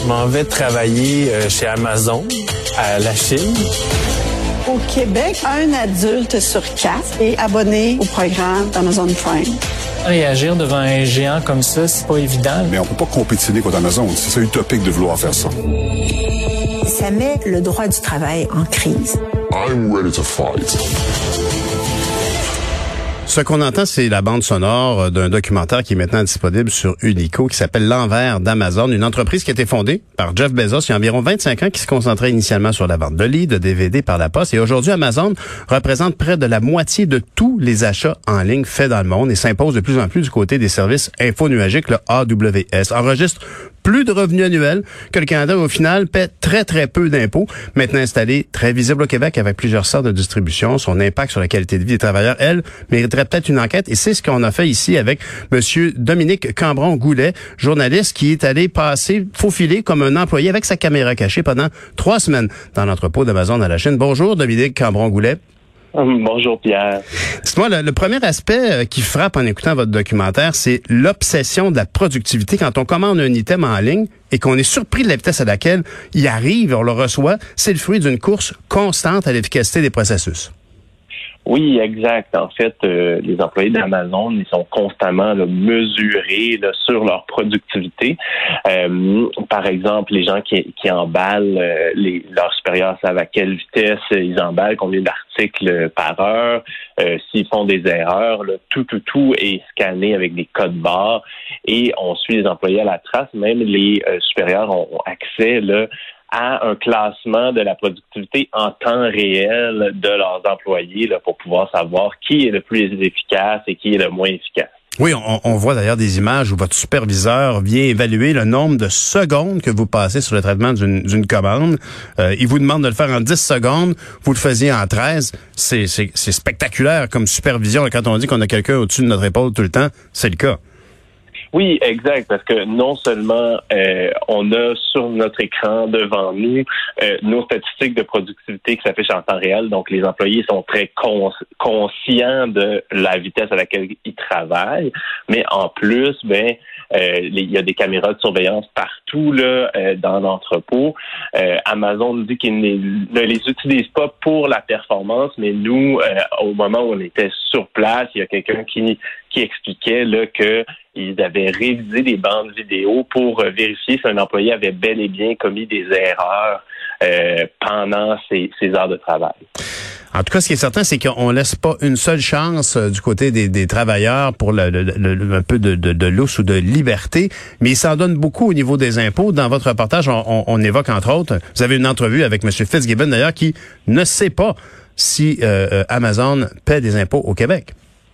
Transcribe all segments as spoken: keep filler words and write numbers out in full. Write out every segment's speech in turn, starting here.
Je m'en vais travailler chez Amazon, à la Chine. Au Québec, un adulte sur quatre est abonné au programme d'Amazon Prime. Réagir devant un géant comme ça, c'est pas évident. Mais on peut pas compétitionner contre Amazon. C'est ça utopique de vouloir faire ça. Ça met le droit du travail en crise. I'm ready to fight. Ce qu'on entend, c'est la bande sonore d'un documentaire qui est maintenant disponible sur Unico, qui s'appelle L'envers d'Amazon, une entreprise qui a été fondée par Jeff Bezos il y a environ vingt-cinq ans, qui se concentrait initialement sur la vente de livres, de D V D par la poste. Et aujourd'hui, Amazon représente près de la moitié de tous les achats en ligne faits dans le monde et s'impose de plus en plus du côté des services infonuagiques, le A W S. Enregistre plus de revenus annuels que le Canada, au final, paie très, très peu d'impôts. Maintenant installé, très visible au Québec avec plusieurs sortes de distribution. Son impact sur la qualité de vie des travailleurs, elle, mériterait peut-être une enquête. Et c'est ce qu'on a fait ici avec Monsieur Dominique Cambron-Goulet, journaliste qui est allé passer, faufiler comme un employé avec sa caméra cachée pendant trois semaines dans l'entrepôt d'Amazon à la Chine. Bonjour, Dominique Cambron-Goulet. Bonjour Pierre. Dites-moi, le, le premier aspect qui frappe en écoutant votre documentaire, c'est l'obsession de la productivité. Quand on commande un item en ligne et qu'on est surpris de la vitesse à laquelle il arrive, on le reçoit, c'est le fruit d'une course constante à l'efficacité des processus. Oui, exact. En fait, euh, les employés d'Amazon, ils sont constamment là, mesurés là, sur leur productivité. Euh, par exemple, les gens qui, qui emballent, euh, les, leurs supérieurs savent à quelle vitesse ils emballent, combien d'articles par heure, euh, s'ils font des erreurs, là, tout, tout, tout est scanné avec des codes barres et on suit les employés à la trace. Même les euh, supérieurs ont, ont accès là, à un classement de la productivité en temps réel de leurs employés là, pour pouvoir savoir qui est le plus efficace et qui est le moins efficace. Oui, on, on voit d'ailleurs des images où votre superviseur vient évaluer le nombre de secondes que vous passez sur le traitement d'une, d'une commande. Euh, il vous demande de le faire en dix secondes, vous le faisiez en treize. C'est, c'est, c'est spectaculaire comme supervision. Et quand on dit qu'on a quelqu'un au-dessus de notre épaule tout le temps, c'est le cas. Oui, exact, parce que non seulement euh, on a sur notre écran devant nous euh, nos statistiques de productivité qui s'affichent en temps réel, donc les employés sont très cons- conscients de la vitesse à laquelle ils travaillent, mais en plus, ben euh, il y a des caméras de surveillance partout là euh, dans l'entrepôt. Euh, Amazon nous dit qu'ils ne les utilisent pas pour la performance, mais nous, euh, au moment où on était sur place, il y a quelqu'un qui qui expliquait là que ils avaient révisé des bandes vidéo pour euh, vérifier si un employé avait bel et bien commis des erreurs euh, pendant ses, ses heures de travail. En tout cas, ce qui est certain, c'est qu'on laisse pas une seule chance euh, du côté des, des travailleurs pour le, le, le, un peu de, de, de lousse ou de liberté, mais il s'en donne beaucoup au niveau des impôts. Dans votre reportage, on, on, on évoque entre autres, vous avez une entrevue avec M. Fitzgibbon d'ailleurs, qui ne sait pas si euh, Amazon paie des impôts au Québec.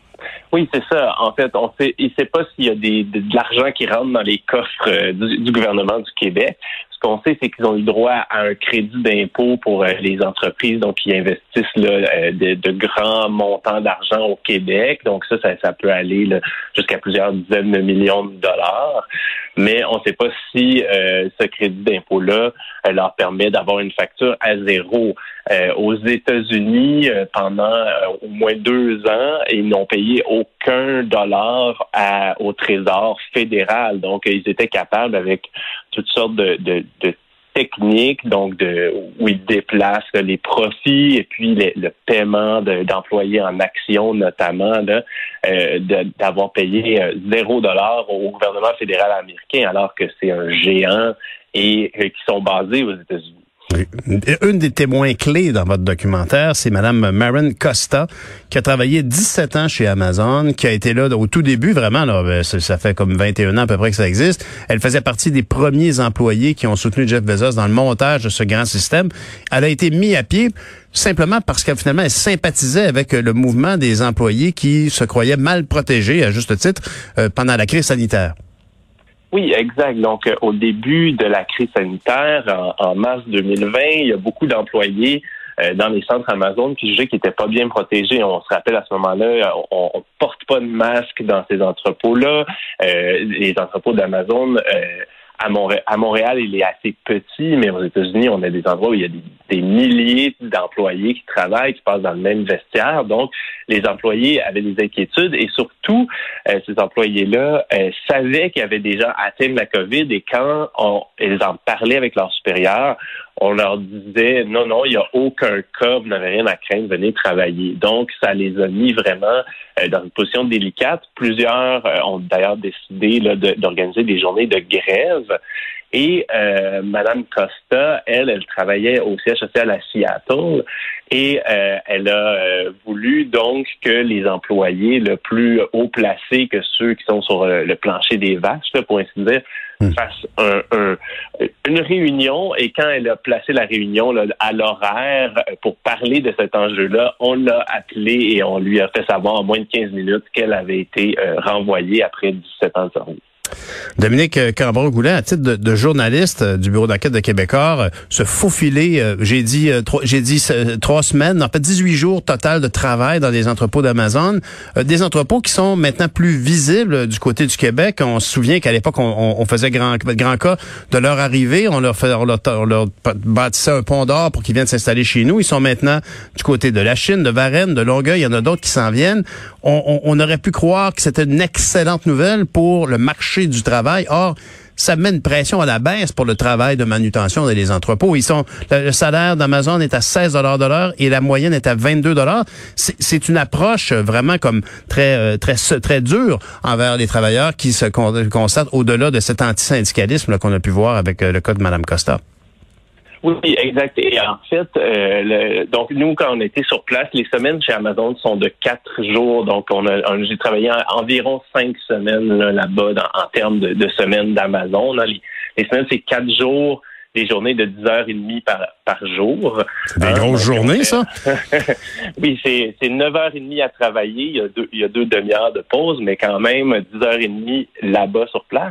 Oui, c'est ça. En fait, on sait, il ne sait pas s'il y a des, de, de l'argent qui rentre dans les coffres euh, du, du gouvernement du Québec. Ce qu'on sait, c'est qu'ils ont eu droit à un crédit d'impôt pour euh, les entreprises, donc qui investissent là, euh, de, de grands montants d'argent au Québec. Donc ça, ça, ça peut aller là, jusqu'à plusieurs dizaines de millions de dollars. Mais on ne sait pas si euh, ce crédit d'impôt-là euh, leur permet d'avoir une facture à zéro. Euh, aux États-Unis, euh, pendant euh, au moins deux ans, ils n'ont payé aucun dollar à, au Trésor fédéral. Donc, euh, ils étaient capables, avec toutes sortes de, de, de techniques, donc de où ils déplacent là, les profits et puis les, le paiement de, d'employés en actions, notamment, là, euh, de, d'avoir payé euh, zéro dollar au gouvernement fédéral américain, alors que c'est un géant et euh, qui sont basés aux États-Unis. Oui. Une des témoins clés dans votre documentaire, c'est Mme Maren Costa, qui a travaillé dix-sept ans chez Amazon, qui a été là au tout début, vraiment, là, ça fait comme vingt et un ans à peu près que ça existe. Elle faisait partie des premiers employés qui ont soutenu Jeff Bezos dans le montage de ce grand système. Elle a été mise à pied simplement parce qu'elle finalement elle sympathisait avec le mouvement des employés qui se croyaient mal protégés, à juste titre, euh, pendant la crise sanitaire. Oui, exact. Donc, euh, au début de la crise sanitaire, en, en mars deux mille vingt, il y a beaucoup d'employés euh, dans les centres Amazon qui jugeaient qu'ils n'étaient pas bien protégés. On se rappelle à ce moment-là, on ne porte pas de masque dans ces entrepôts-là. Euh, les entrepôts d'Amazon, euh, À Montréal, à Montréal, il est assez petit, mais aux États-Unis, on a des endroits où il y a des, des milliers d'employés qui travaillent, qui passent dans le même vestiaire. Donc, les employés avaient des inquiétudes et surtout, euh, ces employés-là euh, savaient qu'il y avait des gens atteints de la COVID et quand on, ils en parlaient avec leurs supérieurs, on leur disait non, non, il n'y a aucun cas, vous n'avez rien à craindre, venez travailler. Donc, ça les a mis vraiment euh, dans une position délicate. Plusieurs euh, ont d'ailleurs décidé là, de, d'organiser des journées de grève. Et euh, Mme Costa, elle, elle travaillait au siège social à Seattle et euh, elle a euh, voulu donc que les employés le plus haut placés que ceux qui sont sur euh, le plancher des vaches, là, pour ainsi dire, mmh. fassent un, un, une réunion. Et quand elle a placé la réunion là, à l'horaire pour parler de cet enjeu-là, on l'a appelée et on lui a fait savoir en moins de quinze minutes qu'elle avait été euh, renvoyée après dix-sept ans de service. Dominique Cambron-Goulet, à titre de, de journaliste euh, du bureau d'enquête de Québécois, euh, se faufiler, euh, j'ai dit euh, trois, j'ai dit euh, trois semaines, en fait dix-huit jours total de travail dans des entrepôts d'Amazon, euh, des entrepôts qui sont maintenant plus visibles euh, du côté du Québec. On se souvient qu'à l'époque, on, on faisait grand, grand cas de leur arrivée, on leur, fait, on leur, on leur bâtissait un pont d'or pour qu'ils viennent s'installer chez nous. Ils sont maintenant du côté de la Chine, de Varennes, de Longueuil, il y en a d'autres qui s'en viennent. On, on, on aurait pu croire que c'était une excellente nouvelle pour le marché du travail. Or, ça met une pression à la baisse pour le travail de manutention dans les entrepôts. Ils sont, le, le salaire d'Amazon est à seize dollars de l'heure et la moyenne est à vingt-deux dollars. C'est, c'est une approche vraiment comme très, très, très dure envers les travailleurs qui se constatent au-delà de cet antisyndicalisme là, qu'on a pu voir avec le cas de Mme Costa. Oui, exact. Et en fait, euh, le, donc nous, quand on était sur place, les semaines chez Amazon sont de quatre jours. Donc, on a, on, j'ai travaillé en, environ cinq semaines là, là-bas dans, en termes de, de semaines d'Amazon. Là, les, les semaines, c'est quatre jours, des journées de dix heures trente par, par jour. C'est des hein, grosses donc, journées, ça? Oui, c'est, c'est neuf heures trente à travailler. Il y a deux, il y a deux demi-heures de pause, mais quand même dix heures trente là-bas sur place.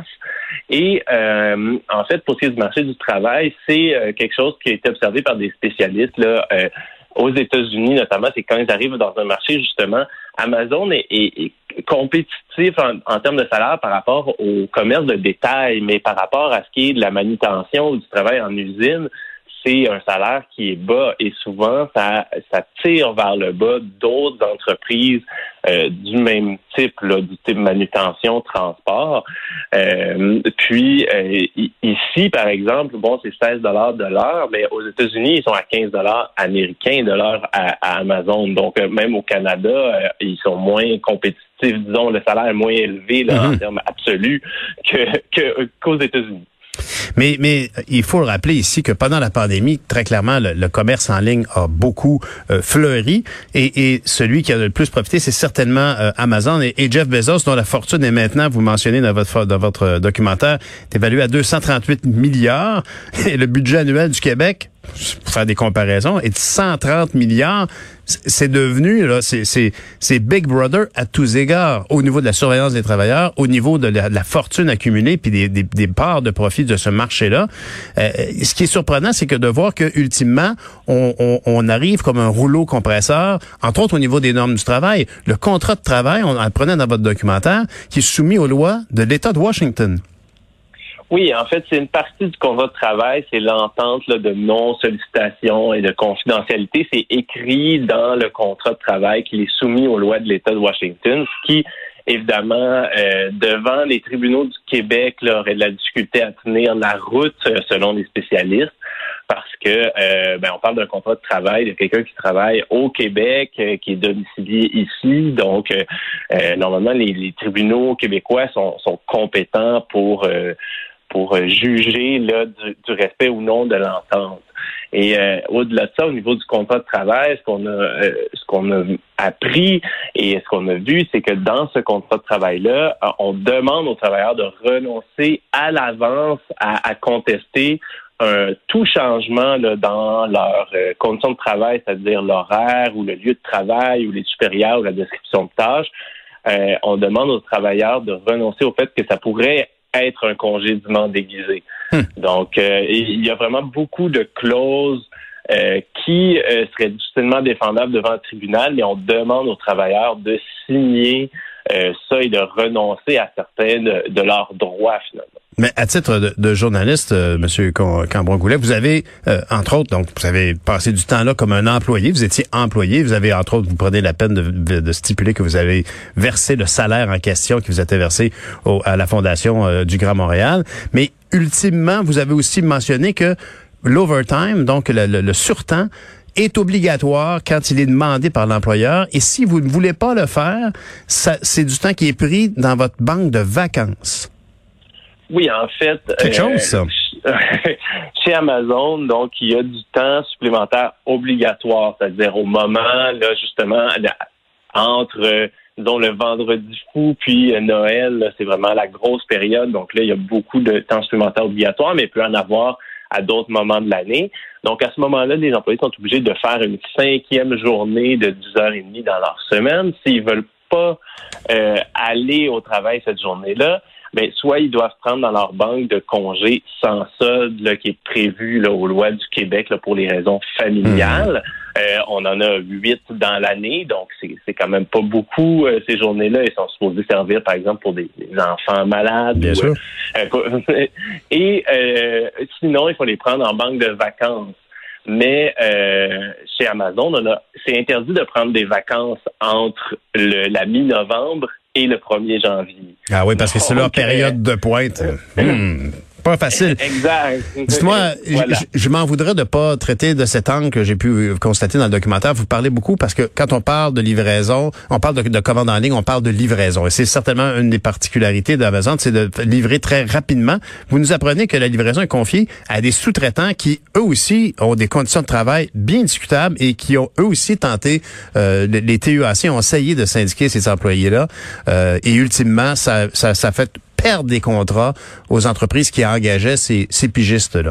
Et euh, en fait, pour ce qui est du marché du travail, c'est euh, quelque chose qui a été observé par des spécialistes là, euh, aux États-Unis notamment, c'est quand ils arrivent dans un marché, justement, Amazon est, est, est compétitif en, en termes de salaire par rapport au commerce de détail, mais par rapport à ce qui est de la manutention ou du travail en usine, c'est un salaire qui est bas et souvent, ça, ça tire vers le bas d'autres entreprises euh, du même type, là, du type manutention, transport. Euh, puis, euh, ici, par exemple, bon, c'est seize dollars de l'heure, mais aux États-Unis, ils sont à quinze dollars américains de l'heure à, à Amazon. Donc, euh, même au Canada, euh, ils sont moins compétitifs. Disons, le salaire est moins élevé là, mm-hmm. en termes absolus que, que, qu'aux États-Unis. Mais, mais il faut le rappeler ici que pendant la pandémie, très clairement, le, le commerce en ligne a beaucoup euh, fleuri et, et celui qui a le plus profité, c'est certainement euh, Amazon et, et Jeff Bezos, dont la fortune est maintenant, vous mentionnez dans votre dans votre documentaire, est évaluée à deux cent trente-huit milliards et le budget annuel du Québec, pour faire des comparaisons, est de cent trente milliards. C'est devenu, là, c'est, c'est, c'est Big Brother à tous égards, au niveau de la surveillance des travailleurs, au niveau de la, de la fortune accumulée, puis des, des, des parts de profit de ce marché-là. Euh, ce qui est surprenant, c'est que de voir que ultimement, on, on, on arrive comme un rouleau compresseur, entre autres au niveau des normes du travail. Le contrat de travail, on en prenait dans votre documentaire, qui est soumis aux lois de l'État de Washington. Oui, en fait, c'est une partie du contrat de travail, c'est l'entente là, de non-sollicitation et de confidentialité. C'est écrit dans le contrat de travail qu'il est soumis aux lois de l'État de Washington, ce qui, évidemment, euh, devant les tribunaux du Québec, là, aurait de la difficulté à tenir la route, euh, selon les spécialistes, parce que euh, ben, on parle d'un contrat de travail de quelqu'un qui travaille au Québec, euh, qui est domicilié ici. Donc, euh, euh, normalement, les, les tribunaux québécois sont, sont compétents pour... Euh, pour juger là, du, du respect ou non de l'entente. Et euh, au-delà de ça, au niveau du contrat de travail, ce qu'on a euh, ce qu'on a appris et ce qu'on a vu, c'est que dans ce contrat de travail-là, on demande aux travailleurs de renoncer à l'avance à, à contester un tout changement là, dans leurs euh, conditions de travail, c'est-à-dire l'horaire ou le lieu de travail ou les supérieurs ou la description de tâches. Euh, on demande aux travailleurs de renoncer au fait que ça pourrait être un congédiement déguisé. Hum. Donc, euh, il y a vraiment beaucoup de clauses euh, qui euh, seraient difficilement défendables devant le tribunal, mais on demande aux travailleurs de signer euh, ça et de renoncer à certains de, de leurs droits, finalement. Mais à titre de, de journaliste, euh, Monsieur Cambron-Goulet, vous avez, euh, entre autres, donc vous avez passé du temps là comme un employé, vous étiez employé, vous avez, entre autres, vous prenez la peine de, de, de stipuler que vous avez versé le salaire en question qui vous était versé au, à la Fondation euh, du Grand Montréal. Mais ultimement, vous avez aussi mentionné que l'overtime, donc le, le, le surtemps, est obligatoire quand il est demandé par l'employeur. Et si vous ne voulez pas le faire, ça, c'est du temps qui est pris dans votre banque de vacances. Oui, en fait, quelque euh, chose, ça. Chez Amazon, donc, il y a du temps supplémentaire obligatoire, c'est-à-dire au moment, là, justement, entre, euh, disons, le vendredi fou puis euh, Noël, là, c'est vraiment la grosse période. Donc là, il y a beaucoup de temps supplémentaire obligatoire, mais il peut en avoir à d'autres moments de l'année. Donc, à ce moment-là, les employés sont obligés de faire une cinquième journée de dix heures trente dans leur semaine. S'ils veulent pas euh, aller au travail cette journée-là, ben, soit ils doivent prendre dans leur banque de congés sans solde là, qui est prévu là, aux lois du Québec là, pour les raisons familiales. Mmh. Euh, on en a huit dans l'année, donc c'est, c'est quand même pas beaucoup. Euh, ces journées-là, ils sont supposés servir, par exemple, pour des, des enfants malades. Bien ou, sûr. Euh, et euh, sinon, il faut les prendre en banque de vacances. Mais euh, chez Amazon, on a, c'est interdit de prendre des vacances entre le, la mi-novembre et le premier janvier. Ah oui, parce que c'est leur période de pointe. Hum, pas facile. Exact. Dites-moi, voilà. je, je m'en voudrais de pas traiter de cet angle que j'ai pu constater dans le documentaire. Vous parlez beaucoup parce que quand on parle de livraison, on parle de, de commande en ligne, on parle de livraison. Et c'est certainement une des particularités d'Amazon, c'est de livrer très rapidement. Vous nous apprenez que la livraison est confiée à des sous-traitants qui, eux aussi, ont des conditions de travail bien discutables et qui ont eux aussi tenté, euh, les T U A C ont essayé de syndiquer ces employés-là. Euh, et ultimement, ça, ça, ça fait perdre des contrats aux entreprises qui engageaient ces, ces pigistes-là.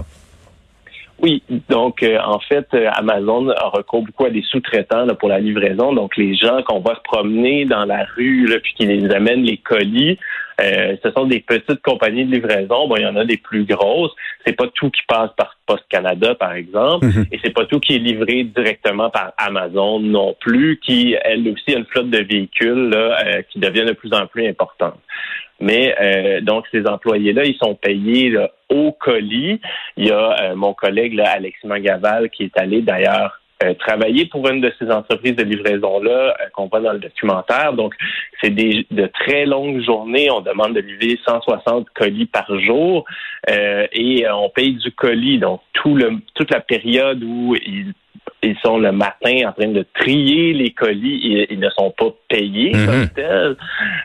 Oui, donc euh, en fait, euh, Amazon a recours beaucoup à des sous-traitants là, pour la livraison. Donc les gens qu'on va se promener dans la rue là, puis qui les amènent les colis, euh, ce sont des petites compagnies de livraison. Bon, il y en a des plus grosses. C'est pas tout qui passe par Post Canada, par exemple, mm-hmm. et c'est pas tout qui est livré directement par Amazon non plus, qui elle aussi a une flotte de véhicules là, euh, qui devient de plus en plus importante. Mais euh, donc ces employés-là, ils sont payés là, au colis. Il y a euh, mon collègue là, Alexis Mangaval qui est allé d'ailleurs euh, travailler pour une de ces entreprises de livraison-là euh, qu'on voit dans le documentaire. Donc c'est des de très longues journées. On demande de livrer cent soixante colis par jour euh, et euh, on paye du colis. Donc tout le toute la période où ils Ils sont le matin en train de trier les colis. Ils, ils ne sont pas payés mm-hmm. comme tel.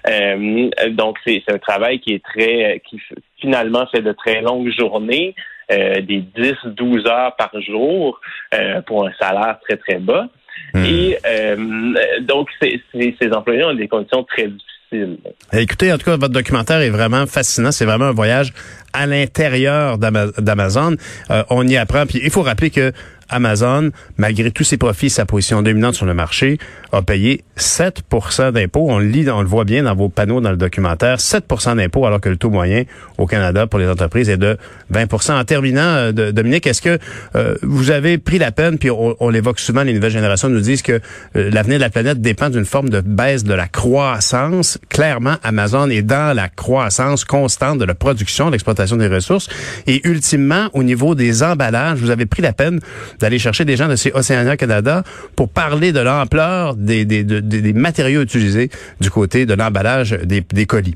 Euh, donc, c'est, c'est un travail qui est très, qui finalement fait de très longues journées, euh, des dix à douze heures par jour euh, pour un salaire très, très bas. Mm. Et euh, donc, c'est, c'est, ces employés ont des conditions très difficiles. Écoutez, en tout cas, votre documentaire est vraiment fascinant. C'est vraiment un voyage à l'intérieur d'Ama- d'Amazon. Euh, on y apprend. Puis il faut rappeler que Amazon, malgré tous ses profits et sa position dominante sur le marché, a payé sept pour cent d'impôts. On le lit, on le voit bien dans vos panneaux dans le documentaire, sept pour cent d'impôts, alors que le taux moyen au Canada pour les entreprises est de vingt pour cent. En terminant, de, Dominique, est-ce que euh, vous avez pris la peine, puis on, on l'évoque souvent, les nouvelles générations nous disent que euh, l'avenir de la planète dépend d'une forme de baisse de la croissance. Clairement, Amazon est dans la croissance constante de la production, de l'exploitation des ressources. Et ultimement, au niveau des emballages, vous avez pris la peine d'aller chercher des gens de chez Oceania Canada pour parler de l'ampleur des, des, des, des matériaux utilisés du côté de l'emballage des, des colis.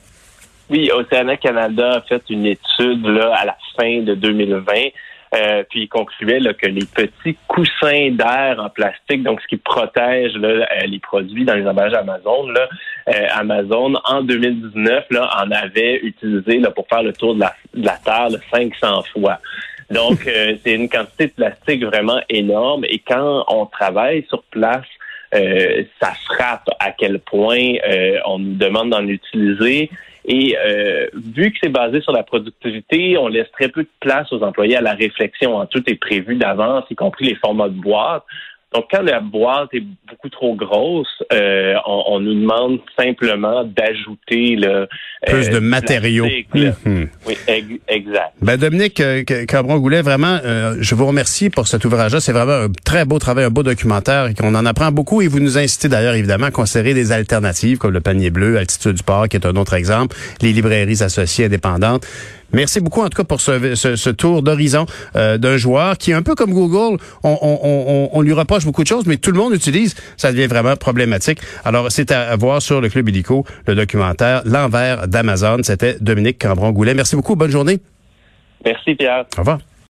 Oui, Oceania Canada a fait une étude là, à la fin de deux mille vingt, euh, puis il concluait là, que les petits coussins d'air en plastique, donc ce qui protège là, les produits dans les emballages Amazon, là, euh, Amazon en deux mille dix-neuf là, en avait utilisé là, pour faire le tour de la, de la Terre là, cinq cents fois. Donc, euh, c'est une quantité de plastique vraiment énorme. Et quand on travaille sur place, euh, ça frappe à quel point euh, on nous demande d'en utiliser. Et euh, vu que c'est basé sur la productivité, on laisse très peu de place aux employés à la réflexion. Tout est prévu d'avance, y compris les formats de boîte. Donc, quand la boîte est beaucoup trop grosse, euh, on, on nous demande simplement d'ajouter le plus euh, de matériaux. Mm-hmm. Oui, ex- exact. Ben Dominique euh, Cameron-Goulet, vraiment, euh, je vous remercie pour cet ouvrage-là. C'est vraiment un très beau travail, un beau documentaire, et qu'on en apprend beaucoup. Et vous nous incitez d'ailleurs, évidemment, à considérer des alternatives comme le Panier Bleu, Altitude Sport, qui est un autre exemple, les librairies associées indépendantes. Merci beaucoup, en tout cas, pour ce, ce, ce tour d'horizon euh, d'un joueur qui est un peu comme Google. On, on, on, on lui reproche beaucoup de choses, mais tout le monde l'utilise. Ça devient vraiment problématique. Alors, c'est à, à voir sur le Club Illico, le documentaire L'envers d'Amazon. C'était Dominique Cameron-Goulet. Merci beaucoup. Bonne journée. Merci, Pierre. Au revoir.